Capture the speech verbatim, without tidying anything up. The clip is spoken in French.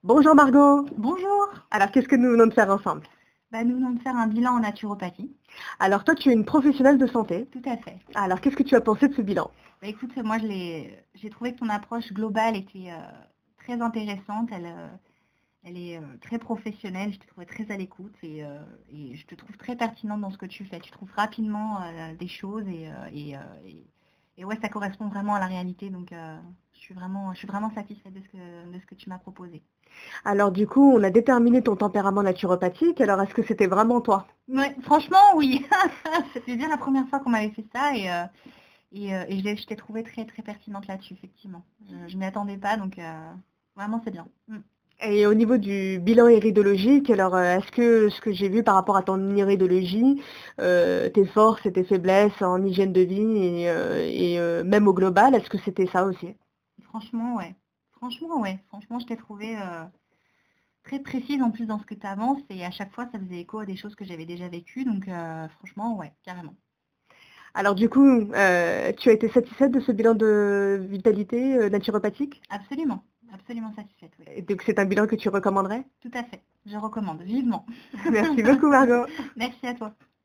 Bonjour Margot. Bonjour. Alors qu'est-ce que nous venons de faire ensemble? Bah, nous venons de faire un bilan en naturopathie. Alors toi tu es une professionnelle de santé. Tout à fait. Alors qu'est-ce que tu as pensé de ce bilan? Bah, écoute, moi je l'ai, j'ai trouvé que ton approche globale était euh, très intéressante. Elle, euh, elle est euh, très professionnelle. Je te trouvais très à l'écoute et, euh, et je te trouve très pertinente dans ce que tu fais. Tu trouves rapidement euh, des choses et, euh, et, euh, et, et ouais, ça correspond vraiment à la réalité. Donc euh, je suis vraiment, je suis vraiment satisfaite de ce que, de ce que tu m'as proposé. Alors du coup on a déterminé ton tempérament naturopathique. Alors est-ce que c'était vraiment toi? Ouais, franchement, oui. C'était bien la première fois qu'on m'avait fait ça et, euh, et, euh, et je l'ai- je t'ai trouvée très très pertinente là-dessus, effectivement. Je, je m'y attendais pas, donc euh, vraiment c'est bien. Mm. Et au niveau du bilan iridologique, alors euh, est-ce que ce que j'ai vu par rapport à ton iridologie, euh, tes forces et tes faiblesses en hygiène de vie et, euh, et, euh, même au global, est-ce que c'était ça aussi? Franchement, ouais. Franchement, ouais. Franchement, je t'ai trouvée euh, très précise en plus dans ce que tu avances et à chaque fois ça faisait écho à des choses que j'avais déjà vécues, donc euh, franchement, ouais, carrément. Alors du coup, euh, tu as été satisfaite de ce bilan de vitalité euh, naturopathique? Absolument, absolument satisfaite, oui. Et donc c'est un bilan que tu recommanderais? Tout à fait. Je recommande vivement. Merci beaucoup Margot. Merci à toi.